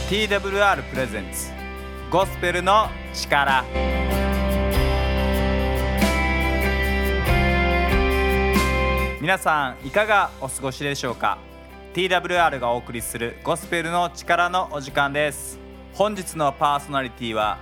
TWR プレゼンツゴスペルの力。皆さんいかがお過ごしでしょうか。 TWR がお送りするゴスペルの力のお時間です。本日のパーソナリティは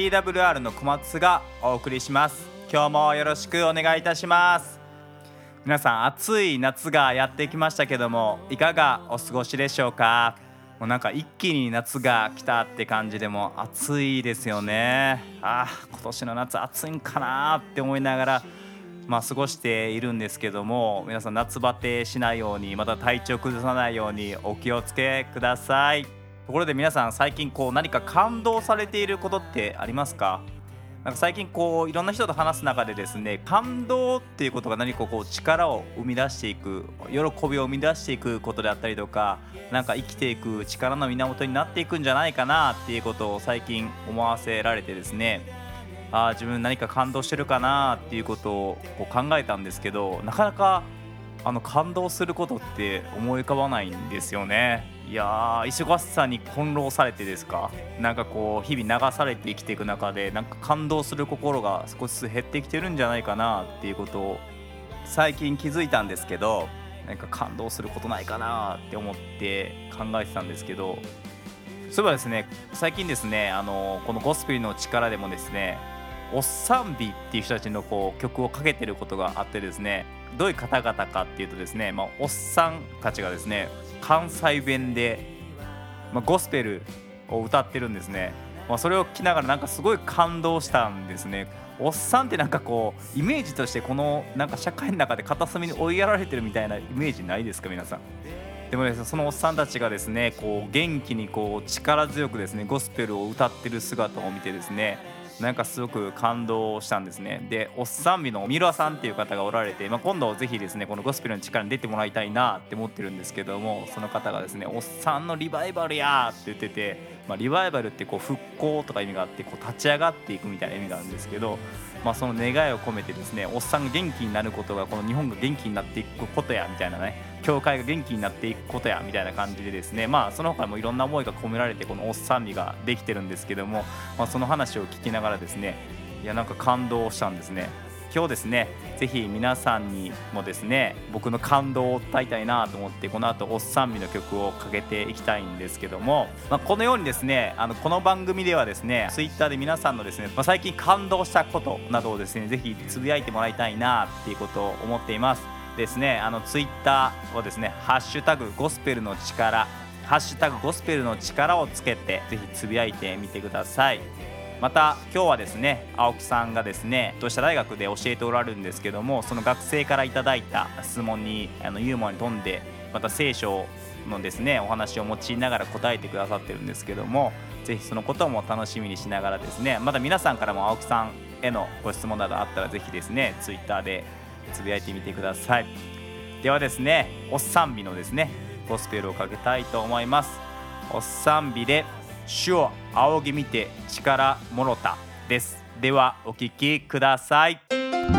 TWR の小松がお送りします。今日もよろしくお願いいたします。皆さん暑い夏がやってきましたけども、いかがお過ごしでしょうか。もうなんか一気に夏が来たって感じで、も暑いですよね。今年の夏暑いんかなって思いながら過ごしているんですけども、皆さん夏バテしないように、また体調崩さないようにお気をつけください。ところで皆さん最近何か感動されていることってありますか。なんか最近いろんな人と話す中でですね、感動っていうことが何か力を生み出していく、喜びを生み出していくことであったりとか、なんか生きていく力の源になっていくんじゃないかなっていうことを最近思わせられてですね、自分何か感動してるかなっていうことを考えたんですけど、なかなか感動することって思い浮かばないんですよね。いやー、忙しさに翻弄されてですか、なんか日々流されて生きていく中で、なんか感動する心が少しずつ減ってきてるんじゃないかなっていうことを最近気づいたんですけど、なんか感動することないかなって思って考えてたんですけど、そういえばですね、最近ですね、このゴスペルの力でもですね、おっさんびっていう人たちの曲をかけてることがあってですね、どういう方々かっていうとですね、おっさんたちがですね、関西弁で、ゴスペルを歌ってるんですね。それを聞きながらなんかすごい感動したんですね。おっさんってなんかイメージとしてなんか社会の中で片隅に追いやられてるみたいなイメージないですか皆さん。でもですね、そのおっさんたちがですね、元気に力強くですねゴスペルを歌ってる姿を見てですね、なんかすごく感動したんですね。で、おっさんびのミロさんっていう方がおられて、今度ぜひですねこのゴスペルの力に出てもらいたいなって思ってるんですけども、その方がですね、おっさんのリバイバルやーって言ってて、リバイバルって復興とか意味があって、立ち上がっていくみたいな意味があるんですけど、その願いを込めてですね、おっさんが元気になることがこの日本が元気になっていくことやみたいなね、教会が元気になっていくことやみたいな感じでですね、その他にもいろんな思いが込められてこのおっさんびができてるんですけども、その話を聞きながらですね、いやなんか感動したんですね。今日ですね、ぜひ皆さんにもですね僕の感動を伝えたいなと思って、この後おっさんびの曲をかけていきたいんですけども、このようにですね、この番組ではですね、ツイッターで皆さんのですね、最近感動したことなどをですね、ぜひつぶやいてもらいたいなっていうことを思っていますですね。ツイッターをですね、ハッシュタグゴスペルの力、ハッシュタグゴスペルの力をつけてぜひつぶやいてみてください。また今日はですね、青木さんがですね同志社大学で教えておられるんですけども、その学生からいただいた質問にユーモアに富んで、また聖書のですねお話を用いながら答えてくださってるんですけども、ぜひそのことも楽しみにしながらですね、また皆さんからも青木さんへのご質問などあったらぜひですねツイッターでつぶやいてみてください。ではですね、おっさんびのですねゴスペルをかけたいと思います。おっさんびで主を仰ぎ見て力もろたです。ではお聞きください。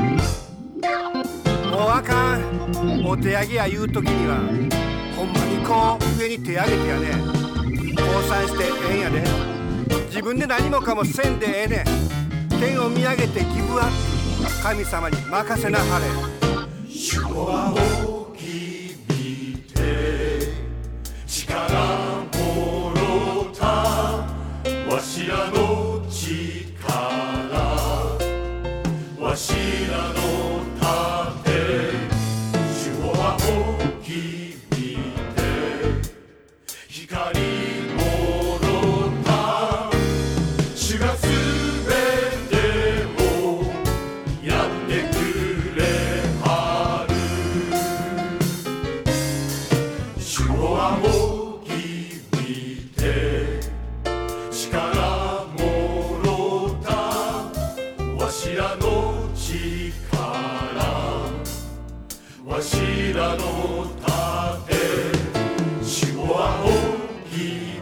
もうあかん、お手上げや言う時にはほんまに上に手上げてやね、降参してええんやで。自分で何もかもせんでええねん。天を見上げてギブアップ、神様に任せなはれ。 主を仰ぎ見て力もろた、わしらの力、わしらの盾、主を仰ぎ見て光もろた、主がすべてをやってくれはる。主を仰ぎ見て力もろた、わしらの力、わしらの盾、主を仰ぎ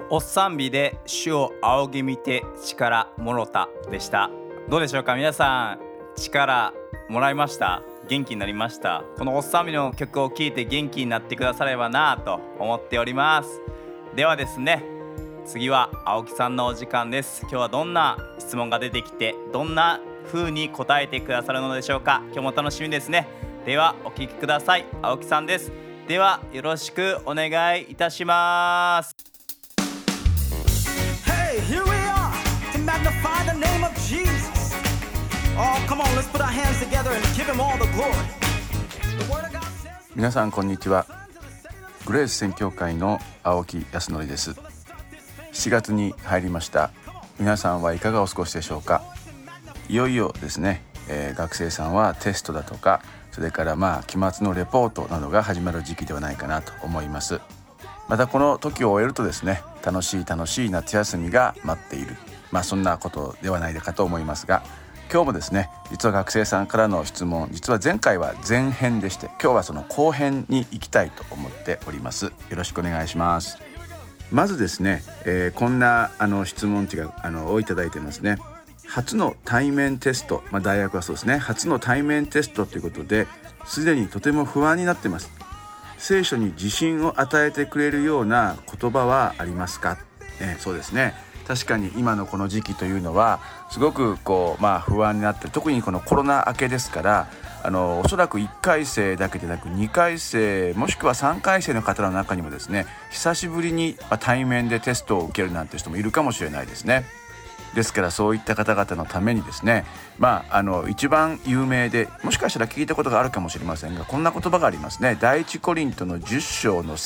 おっさんびで主を仰ぎ見て力もろたでした。どうでしょうか皆さん、力もらいました？元気になりました？このおっさんびの曲を聴いて元気になってくださればなと思っております。ではですね、次は青木さんのお時間です。今日はどんな質問が出てきて、どんな風に答えてくださるのでしょうか。今日も楽しみですね。ではお聞きください。青木さんです。ではよろしくお願いいたします。 Hey, here we are to magnify the name of Jesus. Oh, come on, let's put our hands together and give him all the glory. The word of God says. 皆さんこんにちは。グレース宣教会の青木康則です。7月に入りました。皆さんはいかがお過ごしでしょうか。いよいよですね、学生さんはテストだとか、それから期末のレポートなどが始まる時期ではないかなと思います。またこの時を終えるとですね、楽しい夏休みが待っている、そんなことではないかと思いますが、今日もですね、実は学生さんからの質問、実は前回は前編でして、今日はその後編に行きたいと思っております。よろしくお願いします。まずですね、こんな質問をいただいてますね。初の対面テスト、大学はそうですね、初の対面テストということで、すでにとても不安になっています。聖書に自信を与えてくれるような言葉はありますか？そうですね、確かに今のこの時期というのはすごく不安になって、特にこのコロナ明けですから、おそらく1回生だけでなく2回生もしくは3回生の方の中にもですね、久しぶりに対面でテストを受けるなんて人もいるかもしれないですね。ですからそういった方々のためにですね、一番有名で、もしかしたら聞いたことがあるかもしれませんが、こんな言葉がありますね。第一コリントの10章の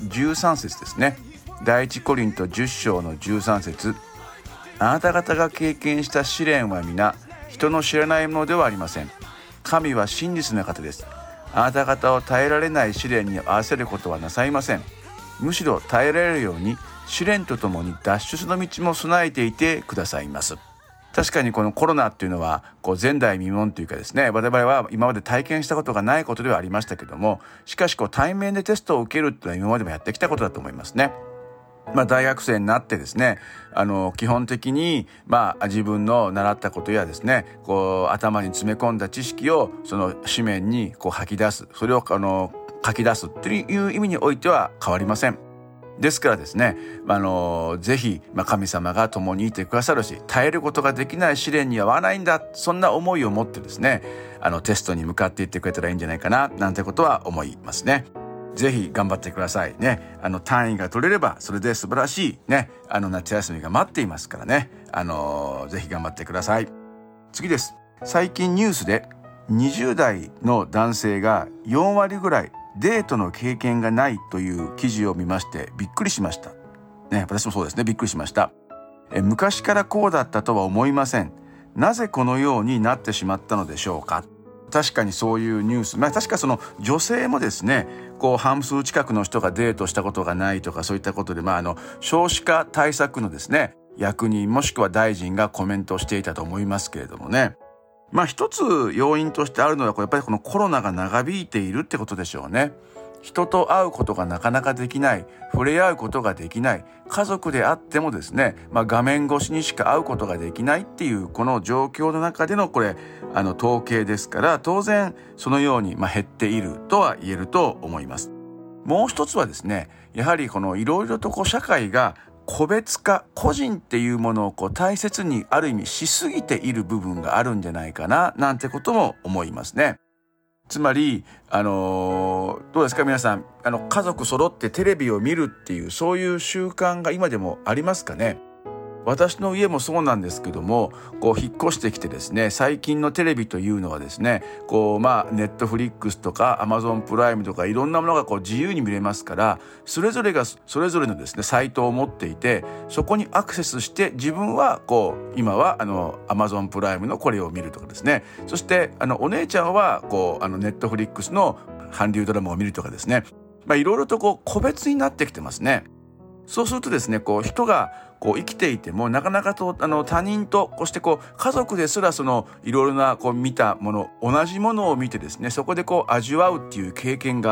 13節ですね。第一コリント10章の13節、あなた方が経験した試練は皆人の知らないものではありません。神は真実な方です。あなた方を耐えられない試練に合わせることはなさいません。むしろ耐えられるように試練とともに脱出の道も備えていてくださいます。確かにこのコロナっていうのは前代未聞というかですね、我々は今まで体験したことがないことではありましたけども、しかし対面でテストを受けるっていうのは今までもやってきたことだと思いますね。大学生になってですね、基本的に自分の習ったことやですね、頭に詰め込んだ知識をその紙面に吐き出す、それを書き出すという意味においては変わりません。ですからですね、ぜひ神様が共にいてくださるし、耐えることができない試練には合わないんだ、そんな思いを持ってですね、テストに向かっていってくれたらいいんじゃないかななんてことは思いますね。ぜひ頑張ってくださいね。単位が取れればそれで素晴らしいね、夏休みが待っていますからね、ぜひ頑張ってください。次です。最近ニュースで20代の男性が4割ぐらいデートの経験がないという記事を見ましてびっくりしました、私もそうですね、びっくりしました。昔からこうだったとは思いません。なぜこのようになってしまったのでしょうか。確かにそういうニュース、確かその女性もですね、半数近くの人がデートしたことがないとか、そういったことで、少子化対策のですね、役人もしくは大臣がコメントをしていたと思いますけれどもね。一つ要因としてあるのはやっぱりこのコロナが長引いているってことでしょうね。人と会うことがなかなかできない、触れ合うことができない、家族であってもですね、画面越しにしか会うことができないっていうこの状況の中での統計ですから、当然そのように減っているとは言えると思います。もう一つはですね、やはりいろいろと社会が個別化、個人っていうものを大切にある意味しすぎている部分があるんじゃないかななんてことも思いますね。つまりどうですか皆さん、家族揃ってテレビを見るっていうそういう習慣が今でもありますかね。私の家もそうなんですけども、引っ越してきてですね、最近のテレビというのはですね、ネットフリックスとかアマゾンプライムとかいろんなものが自由に見れますから、それぞれがそれぞれのですねサイトを持っていて、そこにアクセスして自分は今はアマゾンプライムのこれを見るとかですね、そしてお姉ちゃんはネットフリックスの韓流ドラマを見るとかですね、いろいろと個別になってきてますね。そうするとですね、人が生きていてもなかなか他人として家族ですらいろいろな見たもの、同じものを見てですね、そこで味わうっていう経験が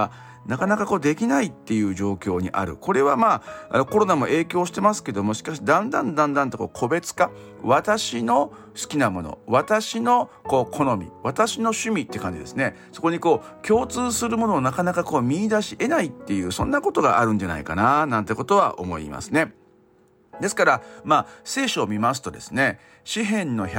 なかなかできないっていう状況にある。これはコロナも影響してますけども、しかしだんだんと個別化、私の好きなもの、私の好み、私の趣味って感じですね。そこに共通するものをなかなか見出し得ないっていう、そんなことがあるんじゃないかななんてことは思いますね。ですから聖書を見ますとですね、詩編の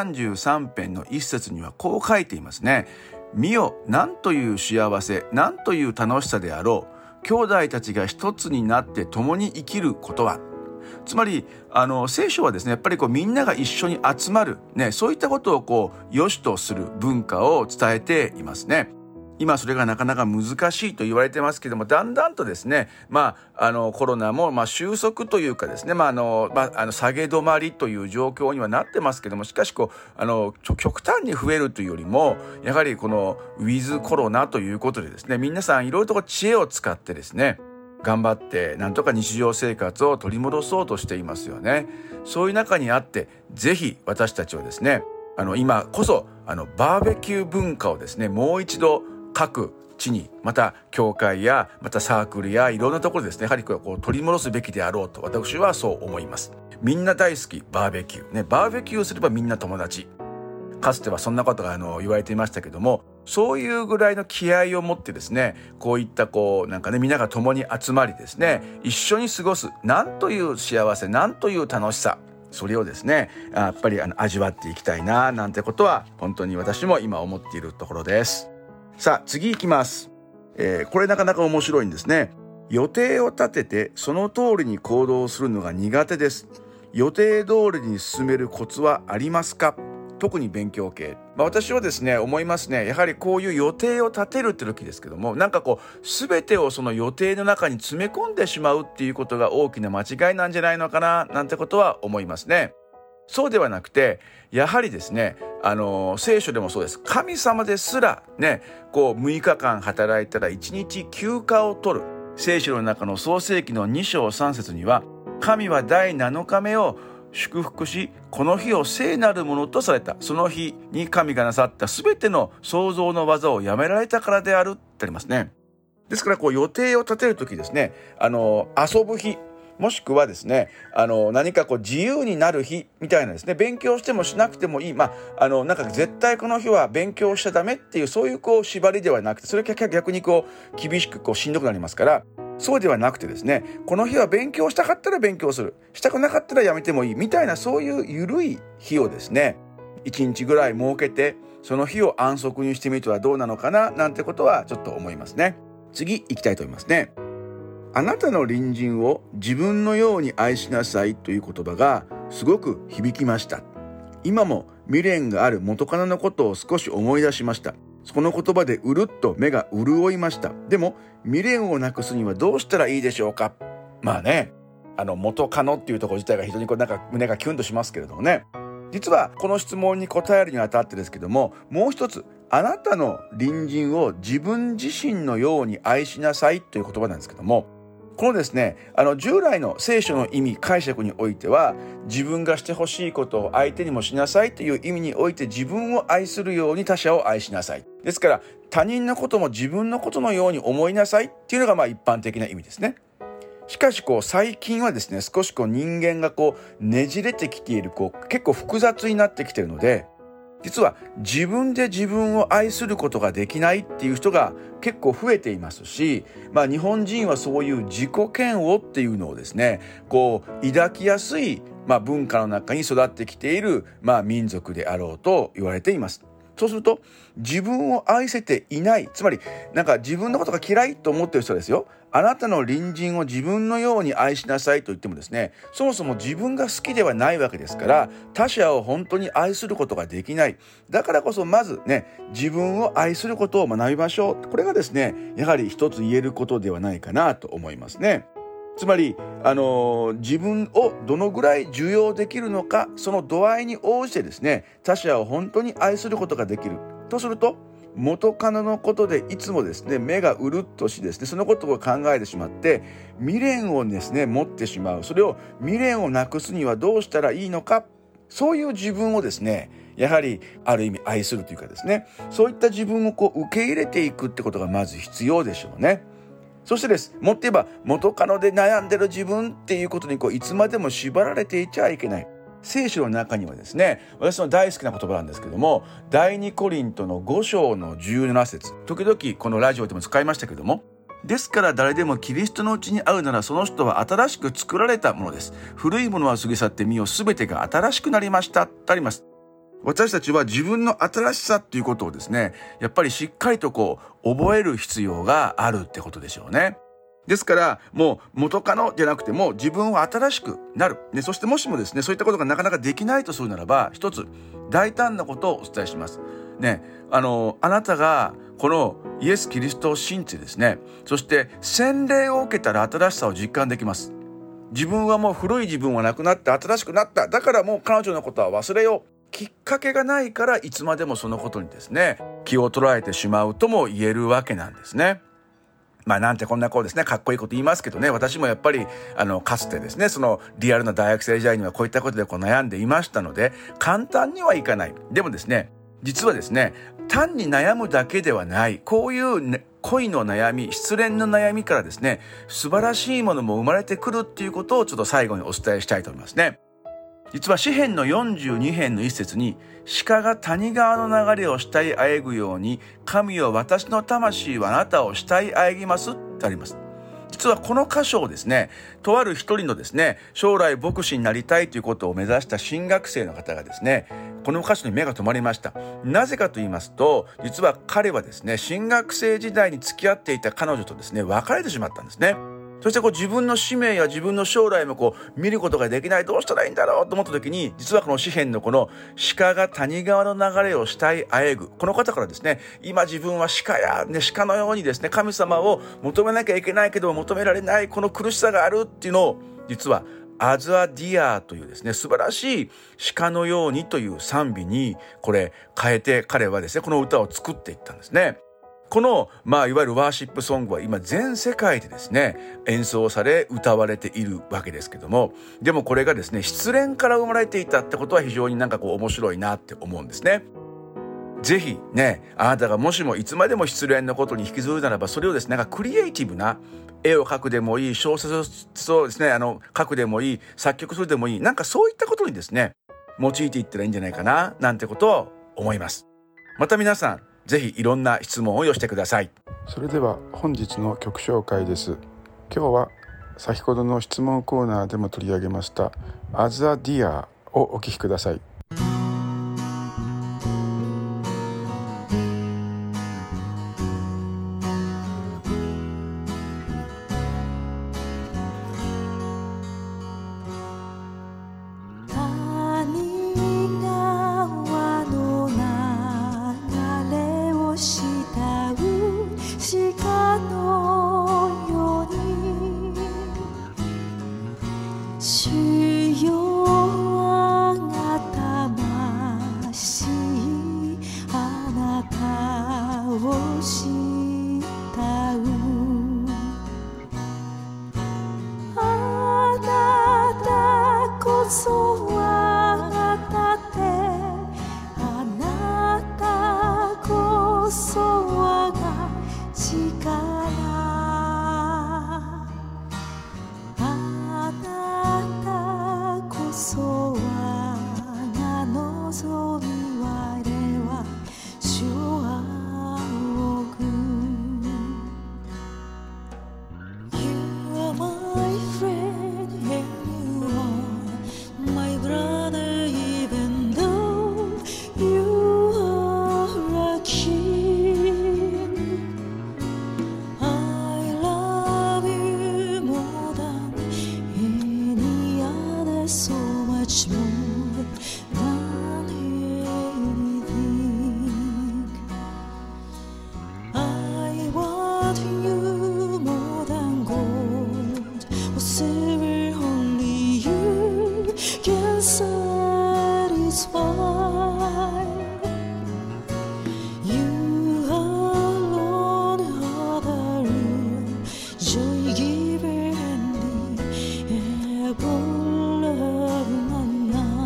133編の一節にはこう書いていますね。見よ、なんという幸せ、なんという楽しさであろう、兄弟たちが一つになって共に生きることは。つまり聖書はですね、やっぱりみんなが一緒に集まる、そういったことを良しとする文化を伝えていますね。今それがなかなか難しいと言われてますけども、だんだんとですね、コロナも収束というかですね、下げ止まりという状況にはなってますけども、しかし極端に増えるというよりも、やはりこのウィズコロナということでですね、皆さんいろいろと知恵を使ってですね、頑張ってなんとか日常生活を取り戻そうとしていますよね。そういう中にあって、ぜひ私たちはですね、今こそバーベキュー文化をですね、もう一度各地に、また教会やまたサークルやいろんなところでですね、やはり取り戻すべきであろうと私はそう思います。みんな大好きバーベキュー、バーベキューすればみんな友達、かつてはそんなことが言われていましたけども、そういうぐらいの気合を持ってですね、こういったみんなが共に集まりですね、一緒に過ごす、なんという幸せ、なんという楽しさ、それをですね、やっぱり味わっていきたいななんてことは本当に私も今思っているところです。さあ次行きます。これなかなか面白いんですね。予定を立ててその通りに行動するのが苦手です。予定通りに進めるコツはありますか？特に勉強系。私はですね、思いますね。やはりこういう予定を立てるって時ですけども、全てをその予定の中に詰め込んでしまうっていうことが大きな間違いなんじゃないのかななんてことは思いますね。そうではなくて、やはりですね、聖書でもそうです。神様ですらね、6日間働いたら1日休暇を取る。聖書の中の創世記の2章3節には、神は第7日目を祝福し、この日を聖なるものとされた。その日に神がなさったすべての創造の技をやめられたからであるってありますね。ですから予定を立てるときですね、遊ぶ日、もしくはですね、何か自由になる日みたいなですね、勉強してもしなくてもいい、絶対この日は勉強しちゃダメっていう、そういう縛りではなくて、それが逆に厳しくしんどくなりますから、そうではなくてですね、この日は勉強したかったら勉強する、したくなかったらやめてもいいみたいな、そういう緩い日をですね、1日ぐらい設けて、その日を安息にしてみてはどうなのかななんてことはちょっと思いますね。次行きたいと思いますね。あなたの隣人を自分のように愛しなさいという言葉がすごく響きました。今も未練がある元カノのことを少し思い出しました。その言葉でうるっと目が潤いました。でも未練をなくすにはどうしたらいいでしょうか。元カノっていうところ自体が非常に胸がキュンとしますけれどもね。実はこの質問に答えるにあたってですけども、もう一つ、あなたの隣人を自分自身のように愛しなさいという言葉なんですけども、このですね、従来の聖書の意味解釈においては、自分がしてほしいことを相手にもしなさいという意味において、自分を愛するように他者を愛しなさい。ですから他人のことも自分のことのように思いなさいっていうのが一般的な意味ですね。しかし最近はですね、少し人間がねじれてきている、結構複雑になってきているので、実は自分で自分を愛することができないっていう人が結構増えていますし、日本人はそういう自己嫌悪っていうのをですね、抱きやすい、文化の中に育ってきている、民族であろうと言われています。そうすると自分を愛せていない、つまり自分のことが嫌いと思っている人ですよ。あなたの隣人を自分のように愛しなさいと言ってもですね、そもそも自分が好きではないわけですから、他者を本当に愛することができない。だからこそまずね、自分を愛することを学びましょう。これがですね、やはり一つ言えることではないかなと思いますね。つまり自分をどのぐらい受容できるのか、その度合いに応じてですね、他者を本当に愛することができるとすると、元カノのことでいつもですね、目がうるっとしですね、そのことを考えてしまって未練をですね持ってしまう。それを未練をなくすにはどうしたらいいのか、そういう自分をですね、やはりある意味愛するというかですね、そういった自分を受け入れていくってことがまず必要でしょうね。 そしてです、もっと言えば元カノで悩んでる自分っていうことにいつまでも縛られていちゃいけない。聖書の中にはですね、私の大好きな言葉なんですけども、第2コリントの5章の17節、時々このラジオでも使いましたけども、ですから誰でもキリストのうちに会うなら、その人は新しく作られたものです。古いものは過ぎ去って見よ、すべてが新しくなりましたとあります。私たちは自分の新しさっていうことをですね、やっぱりしっかりと覚える必要があるってことでしょうね。ですからもう元カノじゃなくても自分は新しくなる、そしてもしもですね、そういったことがなかなかできないとするならば、一つ大胆なことをお伝えしますね。あなたがこのイエス・キリストを信じてですね、そして洗礼を受けたら新しさを実感できます。自分はもう古い自分はなくなって新しくなった。だからもう彼女のことは忘れよう。きっかけがないからいつまでもそのことにですね、気を取られてしまうとも言えるわけなんですね。なんてこんなですね、かっこいいこと言いますけどね、私もやっぱりかつてですね、そのリアルな大学生時代にはこういったことで悩んでいましたので、簡単にはいかない。でもですね、実はですね、単に悩むだけではない、こういう、恋の悩み、失恋の悩みからですね、素晴らしいものも生まれてくるっていうことをちょっと最後にお伝えしたいと思いますね。実は詩編の42編の一節に、鹿が谷川の流れを慕いあえぐように、神よ私の魂はあなたを慕いあえぎますってあります。実はこの箇所をですね、とある一人のですね、将来牧師になりたいということを目指した新学生の方がですね、この箇所に目が留まりました。なぜかと言いますと、実は彼はですね、新学生時代に付き合っていた彼女とですね、別れてしまったんですね。そして自分の使命や自分の将来も見ることができない、どうしたらいいんだろうと思った時に、実はこの詩編のこの鹿が谷川の流れを慕いあえぐ、この方からですね、今自分は鹿のようにですね、神様を求めなきゃいけないけど求められない、この苦しさがあるっていうのを、実はアズアディアというですね、素晴らしい鹿のようにという賛美に変えて、彼はですね、この歌を作っていったんですね。このいわゆるワーシップソングは今全世界でですね、演奏され歌われているわけですけども、でもこれがですね、失恋から生まれていたってことは非常に面白いなって思うんですね。ぜひね、あなたがもしもいつまでも失恋のことに引きずるならば、それをですね、クリエイティブな絵を描くでもいい、小説をですね、書くでもいい、作曲するでもいい、そういったことにですね、用いていったらいいんじゃないかな、なんてことを思います。また皆さん、ぜひいろんな質問を寄せてください。 それでは本日の曲紹介です。今日は先ほどの質問コーナーでも取り上げましたアズアディアをお聴きください。 Joy giver and the apple of my eye.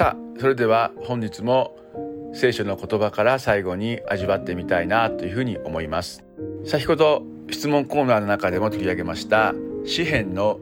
さあ、それでは本日も聖書の言葉から最後に味わってみたいなというふうに思います。先ほど質問コーナーの中でも取り上げました詩編の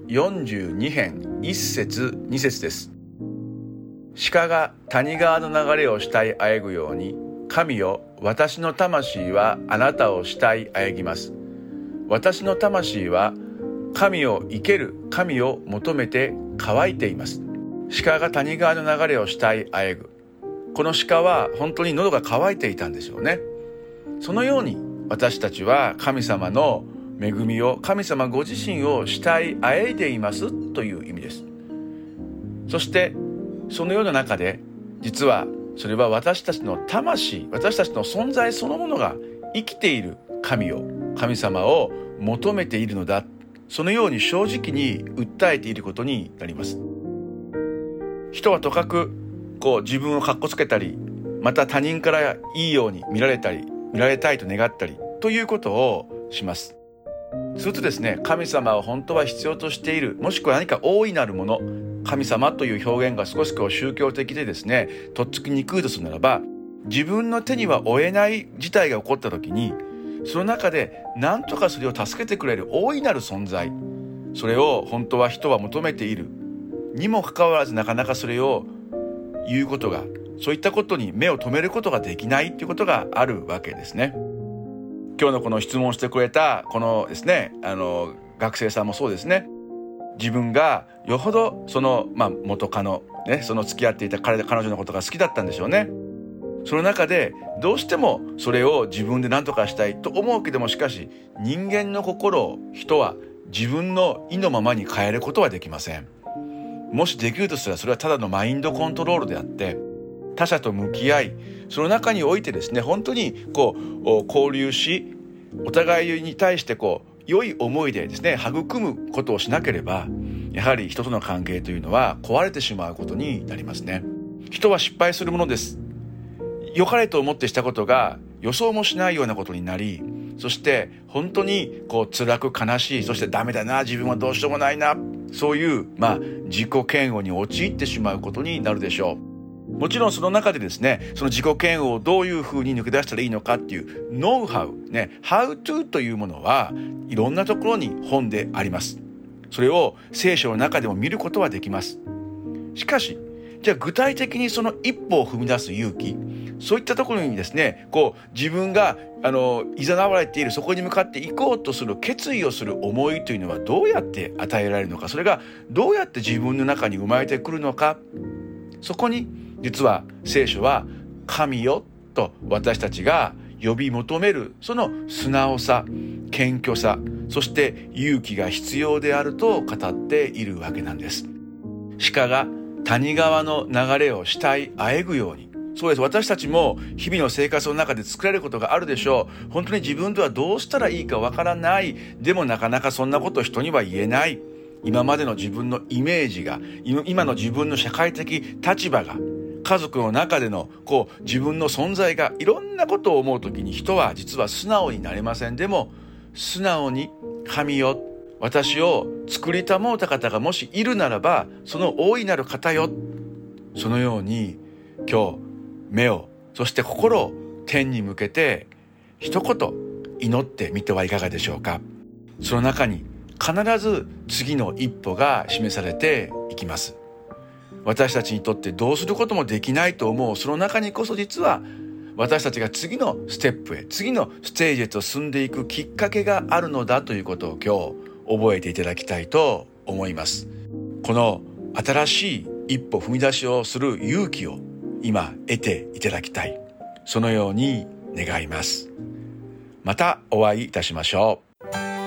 42編1節2節です。鹿が谷川の流れを慕いあえぐように、神よ、私の魂はあなたを慕いあえぎます。私の魂は神を生ける神を求めて乾いています。鹿が谷川の流れを慕いあえぐ。この鹿は本当に喉が渇いていたんでしょうね。そのように私たちは神様の恵みを、神様ご自身を慕いあえいでいますという意味です。そしてそのような中で、実はそれは私たちの魂、私たちの存在そのものが生きている神を、神様を求めているのだ、そのように正直に訴えていることになります。人はとかく自分をかっこつけたり、また他人からいいように見られたり、見られたいと願ったりということをします。するとですね、神様を本当は必要としている、もしくは何か大いなるもの、神様という表現が少し宗教的でですね、とっつきにくいとするならば、自分の手には負えない事態が起こった時に、その中で何とかそれを助けてくれる大いなる存在、それを本当は人は求めているにもかかわらず、なかなかそれを言うことが、そういったことに目を留めることができないということがあるわけですね。今日のこの質問してくれたこのですね、学生さんもそうですね。自分がよほどその、元カノ、ね、その付き合っていた彼女のことが好きだったんでしょうね。その中でどうしてもそれを自分で何とかしたいと思うけども、しかし人間の心を人は自分の意のままに変えることはできません。もしできるとしたら、それはただのマインドコントロールであって、他者と向き合い、その中においてですね、本当に交流し、お互いに対して良い思いでですね、育むことをしなければ、やはり人との関係というのは壊れてしまうことになりますね。人は失敗するものです。良かれと思ってしたことが予想もしないようなことになり、そして本当に辛く悲しい、そしてダメだな、自分はどうしようもないな、そういう自己嫌悪に陥ってしまうことになるでしょう。もちろんその中でですね、その自己嫌悪をどういうふうに抜け出したらいいのかっていうノウハウ、How to というものはいろんなところに本であります。それを聖書の中でも見ることはできます。しかし、じゃあ具体的にその一歩を踏み出す勇気、そういったところにですね、自分がいざなわれている、そこに向かって行こうとする決意をする思いというのはどうやって与えられるのか、それがどうやって自分の中に生まれてくるのか、そこに実は聖書は神よと私たちが呼び求める、その素直さ、謙虚さ、そして勇気が必要であると語っているわけなんです。鹿が谷川の流れを慕いあえぐように、そうです。私たちも日々の生活の中で作られることがあるでしょう。本当に自分ではどうしたらいいかわからない。でもなかなかそんなこと人には言えない。今までの自分のイメージが、今の自分の社会的立場が、家族の中での自分の存在が、いろんなことを思うときに人は実は素直になれません。でも素直に神よ、私を作りたもうた方がもしいるならば、その大いなる方よ、そのように今日目を、そして心を天に向けて一言祈ってみてはいかがでしょうか。その中に必ず次の一歩が示されていきます。私たちにとってどうすることもできないと思うその中にこそ、実は私たちが次のステップへ、次のステージへと進んでいくきっかけがあるのだということを今日覚えていただきたいと思います。この新しい一歩踏み出しをする勇気を今得ていただきたい、そのように願います。またお会いいたしましょう。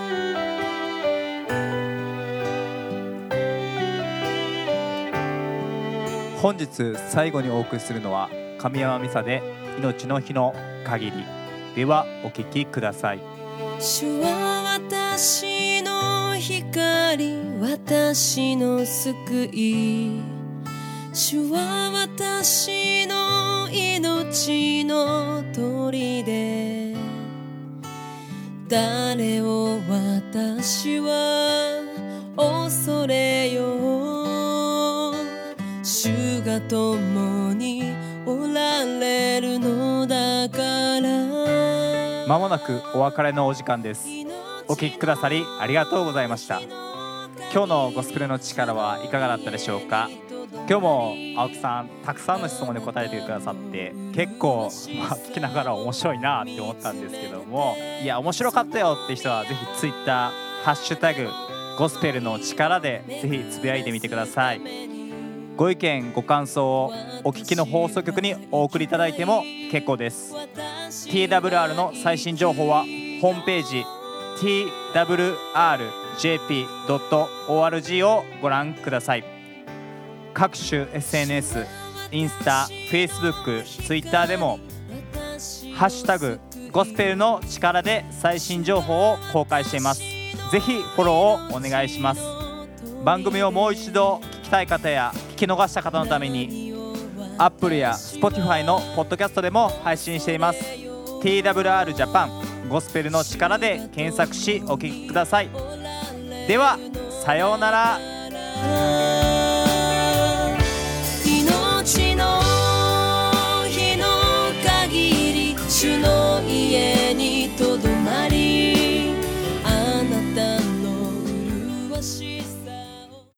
本日最後にお送りするのは神山美沙で命の日の限り。ではお聞きください。 主は私の光、私の救い。主は私の命の砦。誰を私は恐れよう。主がが共におられるのだから。 まもなくお別れのお時間です。お聞きくださりありがとうございました。今日のゴスペルの力はいかがだったでしょうか。今日も青木さんたくさんの質問に答えてくださって結構、聞きながら面白いなって思ったんですけども、いや面白かったよって人はぜひツイッターハッシュタグゴスペルの力でぜひつぶやいてみてください。ご意見ご感想をお聞きの放送局にお送りいただいても結構です。 TWR の最新情報はホームページ twrjp.org をご覧ください。各種 SNS、インスタ、Facebook、Twitter でもハッシュタグゴスペルの力で最新情報を公開しています。ぜひフォローをお願いします。番組をもう一度聞きたい方や聞き逃した方のために Apple や Spotify のポッドキャストでも配信しています。 TWR ジャパンゴスペルの力で検索しお聞きください。ではさようなら。